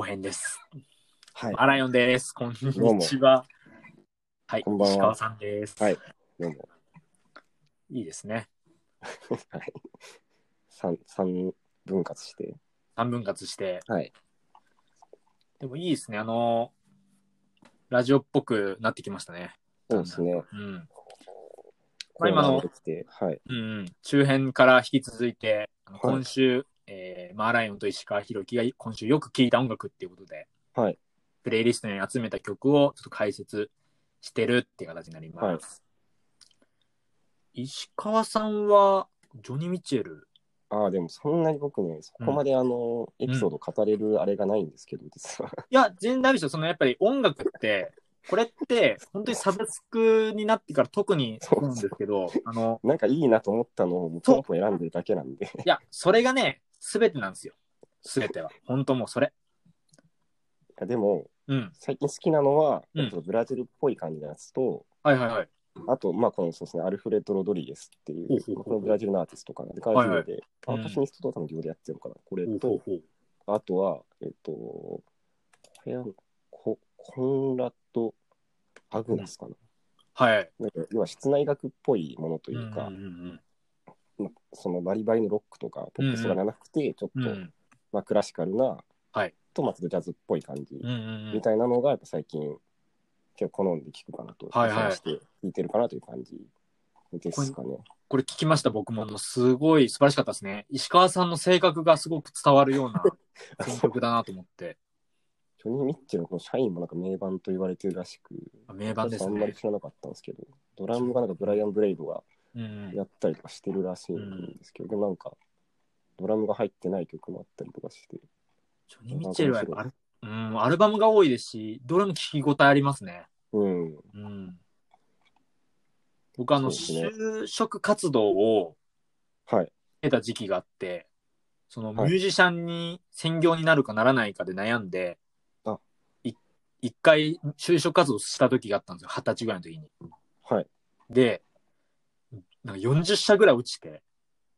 編です。 はい。 マーライオンです。こんどうもにちは。はい、 こんばんは石川さんです。 はい。どうも。 いいですね。 はい。三分割して。 3分割して。 はい。 でもいいですね。ラジオっぽくなってきましたね。だんだん。 そうですね。 うん。まあコーナーも今の、 できて。はい。 中編から引き続いて、 はい。 今週、マーライオンと石川博樹が今週よく聴いた音楽っていうことで、 はい。 プレイリストに集めた曲をちょっと解説してるっていう形になりはい。 ます。石川さんは、ジョニー・ミッチェル。 ああ、でもそんなに僕ね、そうん。 こまでエうん。 ピソード語れるあれがないんですけど、実は。 いや、全然ダメですよ。やっぱり音楽って、これって、本当にサブスクになってから特にそうなんそうそですけど、 う。なんかいいなと思ったのをポンポン選んでるだけなんで。 いや、それがね、すべてなんですよ。すべては。本当もうそれ。 いやでも、 うん。 最近好きなのは、 うん。 ブラジルっぽい感じのやつと、 はいはいはい。 あと、まあ、このそうですね、アルフレッド・ロドリゲスっていほうう、こほうほうほう。 のブラジルのアーティストかな。で、からはいはい。 デュオで、パーカッショうん。 ニストと多分デュオでやってるのかな。これと、 ほうほうほう。 あとは、コンラッド・アうん。 グナスかな。 はい。 なんか要は室内楽っぽいものとうんうんいうか、 うんそのバリバリのロックとかポうん。 ップスとかじゃなくて、ちょっうんうん。うと、 ん。 まあ、クラシカルな、 はい。 と、まあ、ちょっとジャズっぽい感じうんうんうん。 みたいなのが、やっぱ最近結構好んで聴くかなと、 はいはい。 探して聴いてるかなという感じでこれ、 すかね。 これ聞きました。僕も、すごい素晴らしかったですね。石川さんの性格がすごく伝わるようなあ、 選そう。 曲だなと思って。 ジョニー・ミッチェルのこの社員もなんか名盤と言われてるらしく、 名盤で私はあんまりすね。 知らなかったんですけど、ドラムがなんかブライアン・ブレイドがうん。 やったりとかしてるらしいんうん。 ですけど、でもなんかドラムが入ってない曲もあったりとかして、 ジョニー・ミッなかなかチェルはやっ面白い。 ぱアルバムが多いですし、どれも聞き応えありますね。 うん、 うん。僕そうですね。 就職活動をはい、 得た時期があって、そのはい。 ミュージシャンに専業になるかならないかで悩んで、 あ、 い一回就職活動した時があったんですよ。20歳ぐらいの時に。 はい。 で、なんか40社ぐらい落ちて、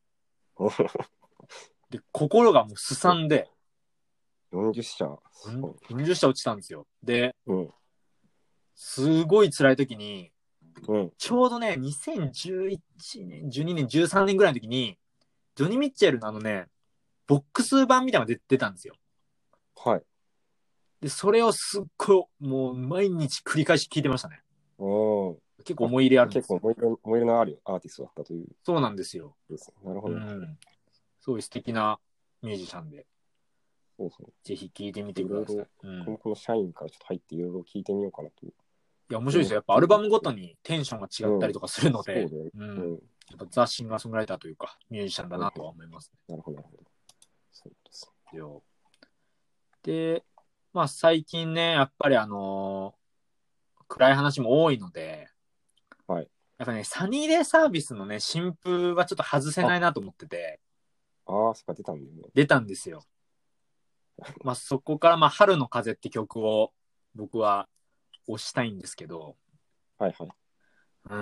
で、心がもうすさんで、 40社、すごい。 40社落ちたんですよ。で、 うん、 すごい辛い時に、 うん、 ちょうどね、2011年、12年、13年ぐらいの時に、ジョニー・ミッチェルのボックス版みたいなのが出たんですよ。 はい。 で、それをすっごい、もう毎日繰り返し聞いてましたね。 うん。あ、 結構思い入れあるんですよ。 結構思い入れのあるアーティストだったというそうなんですよ。 ですね。なるほど、なるほど。 うん。すごい素敵なミュージシャンで、 そうそう。 ぜひ聞いてみていろいろ、 ください。うん。 僕もこの社員からちょっと入っていろいろ聞いてみようかなといや、面白いで思っすよ。やっぱアているルバムごとんですけど。 にテンションが違っうん。 たりとかするので、 そうで、 うん。 うん。 やっぱザ・シンガーソングライターというか、ミュージシャンだはいはい。 なとは思いますなるほど、なるほど。そうですよ。で、まあ最近ね、やっぱり暗い話も多いので、 ね。はい。 やっぱね、サニーデイサービスのね、新風はちょっと外せあ、 ないなと思ってて、 そっか、出たんだよね。 出たんですよ。まあそこからまあ春の風って曲を僕は推したいんですけど、 はいはい。 うん。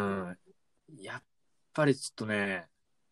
やっぱりちょっとね、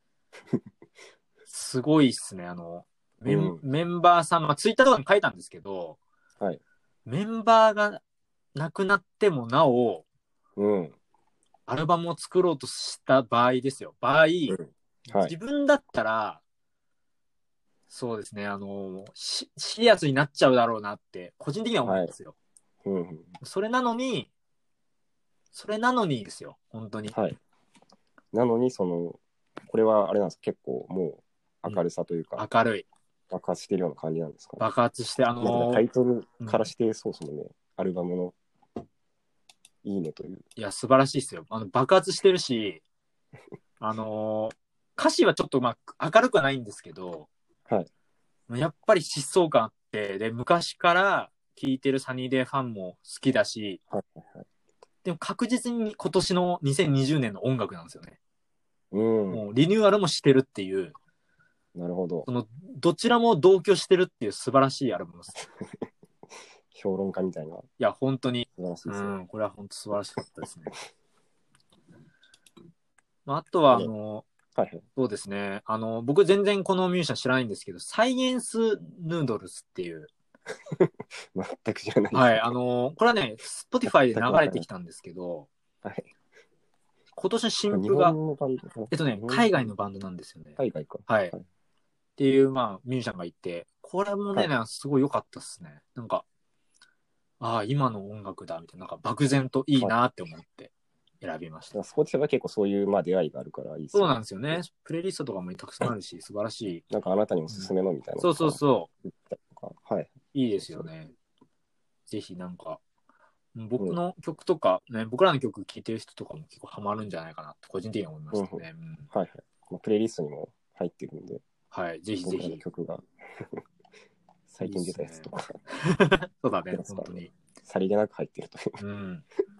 すごいっすね。 うん。 メンバーさん、まあツイッターとかに書いたんですけど、 はい。 メンバーが亡くなってもなお、 うん。 アルバムを作ろうとした場合ですよ。場合、 うん。はい。 自分だったら、そうですね、シリアスになっちゃうだろうなって、個人的には思うんはい。 ですよ。 うん。 それなのに、それなのにですよ、本当に。 はい。なのに、これはあれなんですか、結構もううん、 明るさというか、 明るい。 爆発してるような感じなんですかね。 爆発して、 まあ、てかタイトルうん。 からしてそうですもんね。アルバムのいいねという。 いや、素晴らしいですよ。爆発してるし、あのー歌詞はちょっとまあ明るくはないんですけど、 はい。 やっぱり疾走感あって、で、昔から聴いてるサニーデイファンも好きだし、 はいはいはい。 でも確実に今年の2020年の音楽なんですよね。 うん。 もうリニューアルもしてるっていう、 なるほど。 その、どちらも同居してるっていう素晴らしいアルバムです。 評論家みたいな。素いや、本当に、 晴らしいですね。 これは本当素晴らしかったですね。まあ、あとは、 はいはい。 そうですね。僕全然このミュージシャン知らないんですけど、サイエンスヌードルスっていう、 全く知らないです。 はい。これはね、Spotify で流れてきたんですけど、 はい。 今年の新日譜が、 本のバンドかな。日本の海バンド。 外のバンドなんですよね。 海外か。 はい。っはい。 ていう、まあ、ミュージシャンがいて、これもね、 はい。 すごい良かったっすね。なんか、ああ、今の音楽だ、みたいな、なんか漠然といいはい。 なって思って選びました。 スポーツは結構そういう、まあ、出会いがあるからいいですそうよね。 なんですよね。プレイリストとかもたくさんあるし、素晴らしい。 なんかあなたにおすうん、 すめのみたいなのそうそうとか、 そ言ったりとか。はい。 う。いいでそうそう。 すよね。ぜひなんか、 うん。 僕の曲とか、ね、僕らの曲聴いてる人とかも結構ハマるんじゃないかなって個人的には思いまうん。うん。 したね。うん、 はいはい。まあ、プレイリストにも入ってるんで、 はい、ぜひぜ僕らのひ。 曲が最いいっ近出すね。 たやつとかそう入だね、 ってますからね。 本当に。 さりげなく入ってるという。 うん。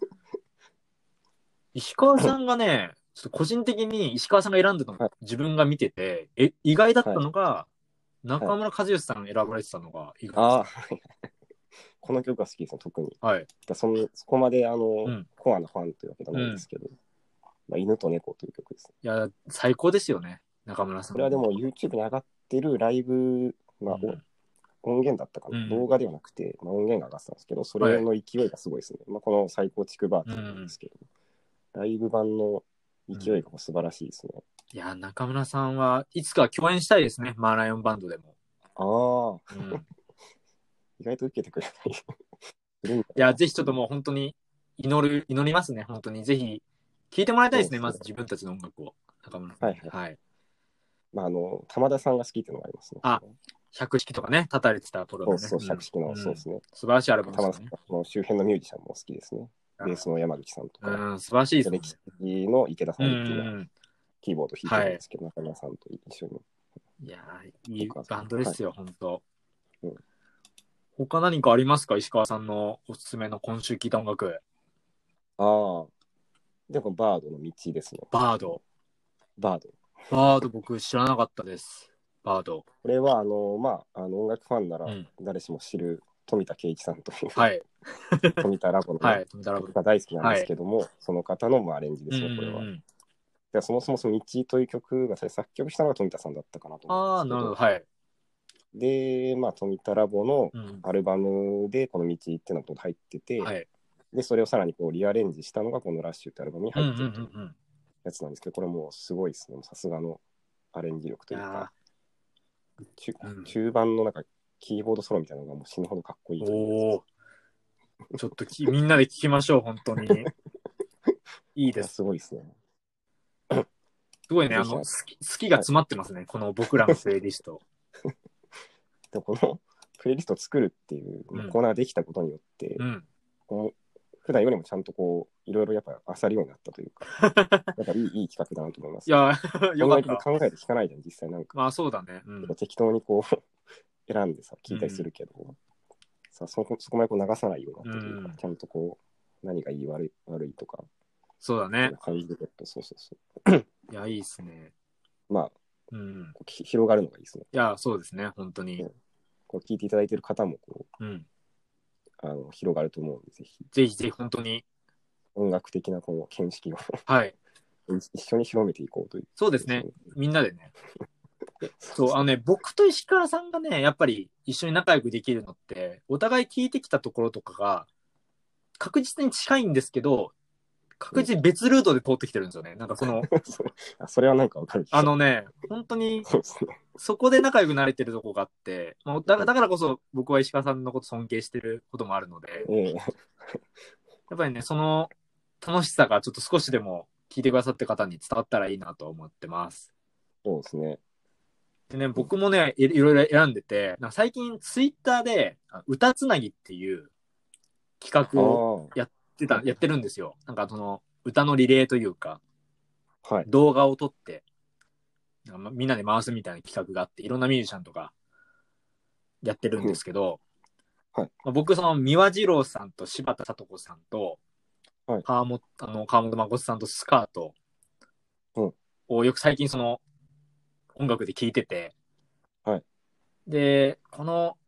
石川さんがね、ちょっと個人的に石川さんが選んだのはい。 自分が見てて、意外だっはい。 たのが、 はい。 中村和義さん選ばれてたのが意外でああ、 した。 はい。この曲が好きですね、特に。 はい。 そこまでうん。 コアなファンというわけではうん。 ないんですけど、まあ、犬と猫という曲ですね。 いや、最高ですよね。中村さんの。 これはでも YouTube に上がってるライブ、まあ、 うん。 音源だったかな。 うん。 動画ではなくて、まあ、音源が上がってたんですけど、そはい。 れの勢いがすごいですね。まあ、この再構築バージョンなんでうん。 すけど、ライブ版のうん。 勢いが素晴らしいですね。 いや、中村さんはいつか共演したいですね。マーライオンバンドでも。 ああ、 うん。 意外と受けてくれないするんだいや、 な。 ぜひちょっともう本当に祈りますね。本当に。ぜひ、聞いてもらいたいですね。 そうですね。 まず自分たちの音楽を。中村さんに。 はいはい。 はい。 まあ、玉田さんが好きっていうのがありますね。 あ、百式とかね、叩かれてた頃のね。 そうそう、 うん。 百式の、 うん。 そうですね。 素晴らしいアルバムですよね。 玉田さんの周辺のミュージシャンも好きですね。ベースの山口さんとか、 うん、素晴らしいですもんね。 歴史の池田うんうさんって今、 んうん。 キーボード弾いてはい。 るんですけど、中村さんと一緒にいやー、いとか、 いバンドではい。 すよ、本当。 うん、 他何かありますか石川さんのおすすめの今週聴いた音楽。 ああ、でもバードの道ですね。 バード。 バード。 バード僕知らなかったです。バード。 これは、まあ、音楽ファンならうん。 誰しも知る富田圭一さんというはい。 富田ラボのね、 はい。富田ラブ。 曲が大好きなんではい。 すけども、その方のまあアレンジでうんうんすね、これは。 うん。 でそもそもその道という曲が作曲したのが富田さんだったかなと思うんでああ、なるほど。 すけど、 はい。 で、まあ、富田ラボのうん。 アルバムでこの道っていうのが入ってて、 はい。 で、それをさらにこうリアレンジしたのがこのラッシュってアルバムにうんうんう入ってるというんうん。 やつなんですけど、これもうすごいですね。さすがのアレンジ力というか、 いやー、うん。 中盤のなんかキーボードソロみたいなのがもう死ぬほどかっこいいというやつです。 おー。ちょっとみんなで聞きましょう、本当に。いいこれはです。 すごいですね。 すごいね、 ぜひ好きがはい。 詰まってますね。この僕らのプレイリスト。 でこのプレイリストを作るっていううん。 コーナーができたことによって、 うん。 この普段よりもちゃんとこう、いろいろやっぱ漁るようになったというか、やっぱいい企画だなと思いますね。 いや、よこんなにかった。 考えて聞かないじゃん、実際なんか。 まあそうだね。うん。 適当にこう選んでさ、聞いたりすうん。 るけど、さそこまでこう流さないようになっうたというか、 ん。 ちゃんとこう、何がいい悪いとか、 そうだね。 こう感じること、そうそうそいや、いいっすね。 う。まあ、 うん。 広がるのがいいですね。 いや、そうですね。本当に。 うん、こう聞いていただいている方もこうん。 う広がると思うんで、ぜひ、 ぜひぜひ本当に。 音楽的なこの見識をはい。 一緒に広めていこうというそうですね。 ことですよね。 みんなでね。そう、 そうですね。 僕と石川さんがね、やっぱり一緒に仲良くできるのって、お互い聞いてきたところとかが確実に近いんですけど、確うん、 実に別ルートで通ってきてるんですよね。なんかそれはなんかわかる気が。 本当にそうですね。 そこで仲良くなれてるとこがあって、まあ、だからこそ僕は石川さんのこと尊敬してることもあるので、 ええ、 やっぱりね、その楽しさがちょっと少しでも聞いてくださって方に伝わったらいいなと思ってます。 そうですね。 でね、 うん、 僕もね、いろいろ選んでて、なんか最近ツイッターで歌つなぎっていう企あ画をあ、はいはいやってるんですよ。なんか歌のリレーというか、 はい。 動画を撮って、なんかみんなで回すみたいな企画があって、いろんなミュージシャンとかやってるんうん、 ですけど、 はい。 まあ、僕、三輪二郎さんと柴田聡子さんと、 はい。 川本誠さんとスカートうん。 をよく最近音楽で聴いてて、 はい。 で、この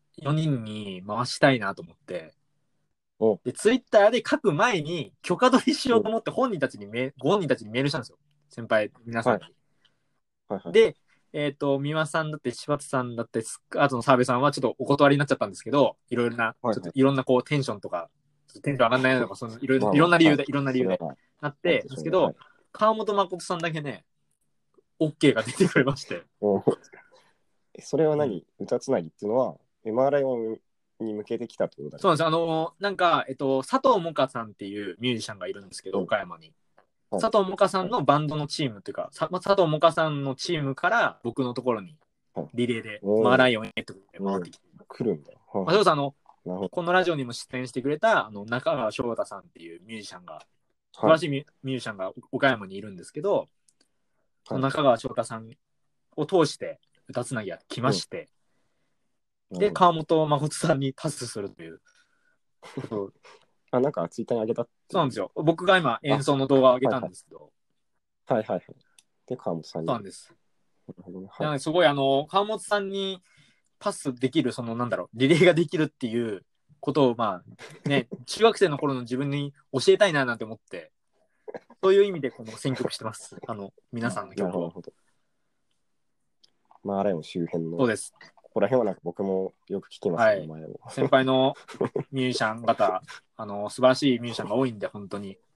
4人に回したいなと思って、 お、 で、ツイッターで書く前に許可取りしようん。 うと思ってご本人たちにメールしたんですよ。先輩、皆さはい。 んに。 はい。はい。 で、 三輪さんだって、柴田さんだって、あとの澤部さんはちょっとお断りになっちゃったんですけど、いろいろな、 はいはいちょっといろんなこうテンションとか、テンション上がんないのとか、そのいろいろ、 まあまあ、 いろんな理由で、 はい。 いろんな理由でそれはまあ、 なっあるて、 でしょうね。はですけど、 い。 川本誠さんだけね、OK が出てくれまして。 おそれはうん、 歌つなぎっていうのは、MRI に向けてきたってことだね。 そうなんですよ。なんか、佐藤萌歌さんっていうミュージシャンがいるんですけど、 うん。 岡山に。 はい。 佐藤萌歌さはい。 んのバンドのチームっていうか、佐藤萌歌さんのチームから僕のところにはい。 リレーでマーおー。 ライオンへってことで回うん。 ってきて。 来るんだ。はいまあ、そはい。 れこそなるほこのラジオにも出演してくれた中川翔太さんっていうミュージシャンが、素ど。はい。 晴らしいミュージシャンが岡山にいるんですけど、そはい。 の中川翔太さんを通して歌つなぎが来うん。 まして、で、 なるほど。 川本誠さんにパスするということを、 あ、なんかツイッターに上げたっていう。 そうなんですよ。僕が今あ、 演奏の動画を上げたはいはい。 んですけど、 はいはいはい。で、川本さんに。 そうなんです。 なるほどね。はい。 なのですごい川本さんにパスできる、なんだろう、リレーができるっていうことを、まあ、ね、中学生の頃の自分に教えたいななんて思って、そういう意味でこの選曲してます。皆さんのなるほど、な曲を。 るほど。まあ、あれも周辺の、 そうです。 ここら辺はなんか僕もよく聞きますよ、名はい。 前を。 先輩のミュージシャン方、素晴らしいミュージシャンが多いんで、本当に。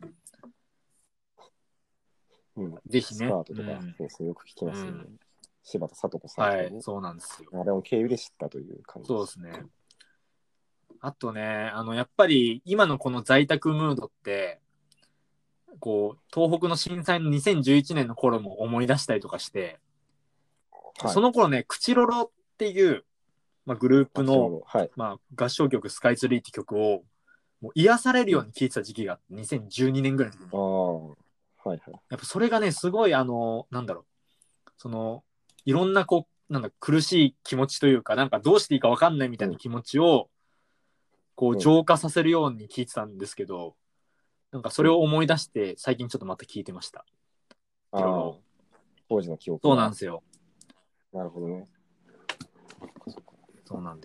うん。 ぜひね。 スカートとか、 うん。 そうですね、よく聞きますよね。 うん。 柴田聡子さんとはい。 かね。 そうなんですよ。 あれも経由で知ったという感じです。 そうですね。あとね、やっぱり今のこの在宅ムードって、こう、東北の震災の2011年の頃も思い出したりとかして、 はい。 その頃ね、クチロロっていう、まあ、グループの、 あちらの、はい。 まあ、合唱曲スカイツリーって曲を、もう癒されるうん。 ように聴いてた時期があって、2012年ぐらいの時に。 ああ、はいはい。 やっぱそれがね、すごい、なんだろう、いろんなこう、なんだ、苦しい気持ちというか、なんかどうしていいかわかんないみたうん。 いな気持ちを、こう、 うん。 浄化させるように聴いてたんですけど、なんかそうん。 れを思い出して、最近ちょっとまた聴いてました。いろいろ。 ああ、当時の記憶が。 そうなんですよ。 なるほどね。 そうなんです。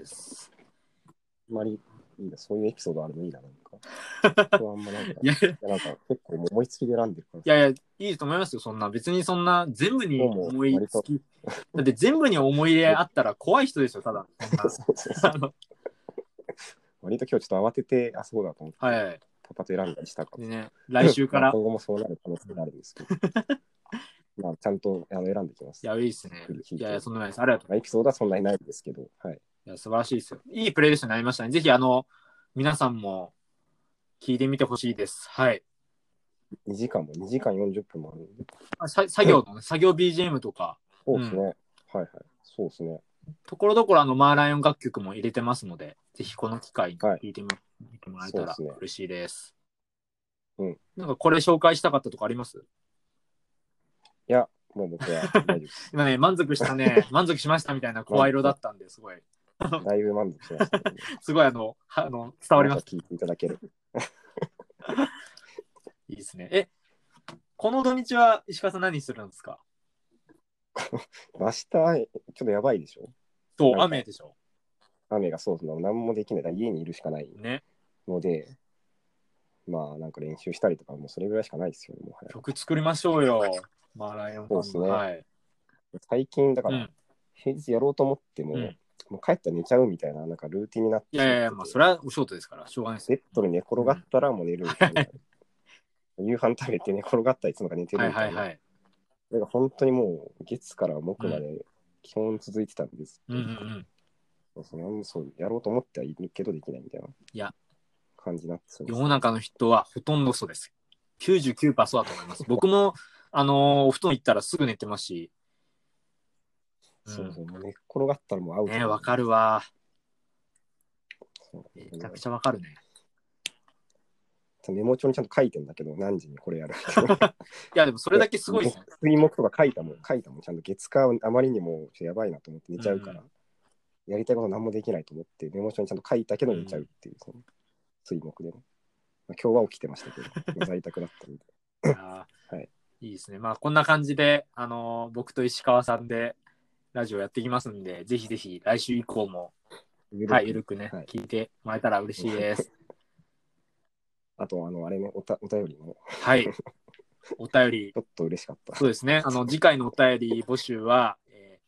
あんまりいいな、そういうエピソードあるのいいな、なんか。僕はあんまなんか、 いや、いなんか結構思いつきで選んでるからさ、 やいや、いいと思いますよ。そんな、別にそんな、全部に今日も思い割と、 つき、だって全部に思い入れあったら怖い人ですよ、ただ。そんな。 そうそうそう。割と今日ちょっと慌てて、あ、そうだと思って、 はい。 パパと選んだりしたかも。 でね、来週かまあら、 今後もそうなる可能性があるんですけど、まあちゃんと選んできます。 いや、いいっすね。いやいや、 聞いて。 そんなないです。ありがとう。 まあ、エピソードはそんなにないですけど、はい。 いや、素晴らしいですよ。いいプレイリストになりましたね。ぜひ、皆さんも聞いてみてほしいです。はい。 2時間も、2時間40分もあるんで。 作業のね、作業 BGM とか、うん。 そうですね。はいはい。そうですね。 ところどころマーライオン楽曲も入れてますので、ぜひこの機会にはい。 聞いてみてもらえたらそうですね。 嬉しいです。 うん。いなんかこれ紹介したかったとかあります？ や、もう僕は大丈夫です。 今ね、満足しましたみたいな声色だったんで、すごい、 だいぶ満足しましたので、 すごい伝わります。 話は聞いていただける。 いいですね。この土日は石川さん何するんですか？ 明日、ちょっとやばいでしょ。 そう、 なんか、 雨でしょ。 雨がそうそう、何もできない。家にいるしかないね。 ので、まあ、なんか練習したりとか、もうそれぐらいしかないですよね、もはや。 曲作りましょうよ。マーライオンファンの。 そうですね。 はい。 最近、だから、 うん。 平日やろうと思っても、 うん。 もう帰ったら寝ちゃうみたいな、なんかルーティンになってしいやいやいや、まあ、 まってて、 それはお仕事ですから、しょうがないですよ。 ベッドに寝転がっうん。 たらもう寝るみたいな。夕飯食べて寝転がったらいつもか寝てはいるみたいな。 はいはい。 それが本当にもう月から木うん。 まで基本続いてたんですうんうんうん。 そうやろうと思ってはいるけどできないみたいないや、 感じになってそうで世すね。 の中の人はほとんどそうです。99%そうだと思います。僕も、お布団行ったらすぐ寝てますし、うん。 そうそう、もう寝っ転がったらもうアウトね、 なんで。 わかるわ。 そうめちゃくちゃわかるね。 メモ帳にちゃんと書いてんだけど、何時にこれやるいや、でもそれだけすごいですね。 水木とか書いたもん、ちゃんと月火あまりにもちょっとやばいなと思って寝ちゃうから、 うん。 やりたいこと何もできないと思って、メモ帳にちゃんと書いたけど寝ちゃうっていう、その水木でね。まあ、今日は起きてましたけど、まあ在宅だったんで。 いやはい。 いいですね。まあ、こんな感じで、僕と石川さんでラジオやっていきますんで、ぜひぜひ来週以降も、はい、ゆるくね、 はい。 聞いてもらえたら嬉しいです。 あと、あれね、お便りも、 はい。お便り、 ちょっと嬉しかった。 そうですね。次回のお便り募集は、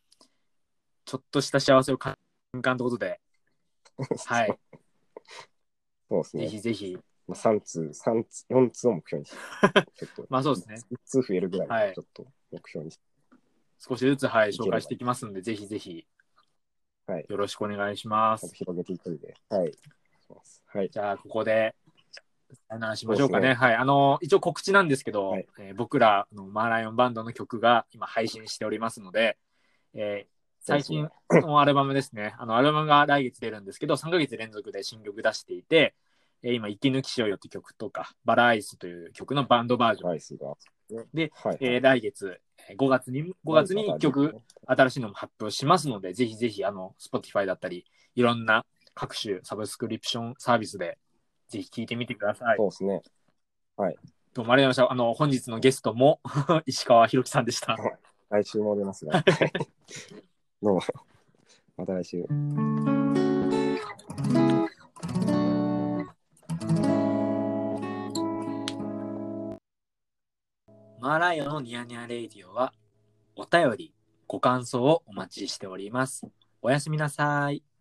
ちょっとした幸せを感じるということで、はい。ぜそうですね。 ひぜひ。 まあ、3通、4通を目標にして、ちょっと、 まあそうですね。 1通増えるぐらはいいちょっと目標にして、 少しずつ、はい、 いければ紹介していきますんで、ぜひぜひはい。 よろしくお願いしまちゃんとす。 広げていくんで、はい。はい。 じゃあ、ここでさよならしそうですね。 ましょうかね。はい。一応告知なんですけど、 はい。 僕らのマーライオンバンドの曲が今配信しておりますので、 そうですね。 最新のアルバムですね。アルバムが来月出るんですけど、3ヶ月連続で新曲出していて、今、息抜きしようよって曲とか、バラアイスという曲のバンドバージョンライスが。 で、 はいはい。 来月、5月に1曲ね、 新しいのも発表しますので、ぜひぜひ、Spotify だったり、いろんな各種サブスクリプションサービスで、ぜひ聴いてみてください。 そうですね。はい。 どうもありがとうございました。本日のゲストも石川博樹さんでした。 来週も出ますが。はい。どうも。また来週。 マーライオンのニヤニヤレイディオは、お便り、ご感想をお待ちしております。おやすみなさい。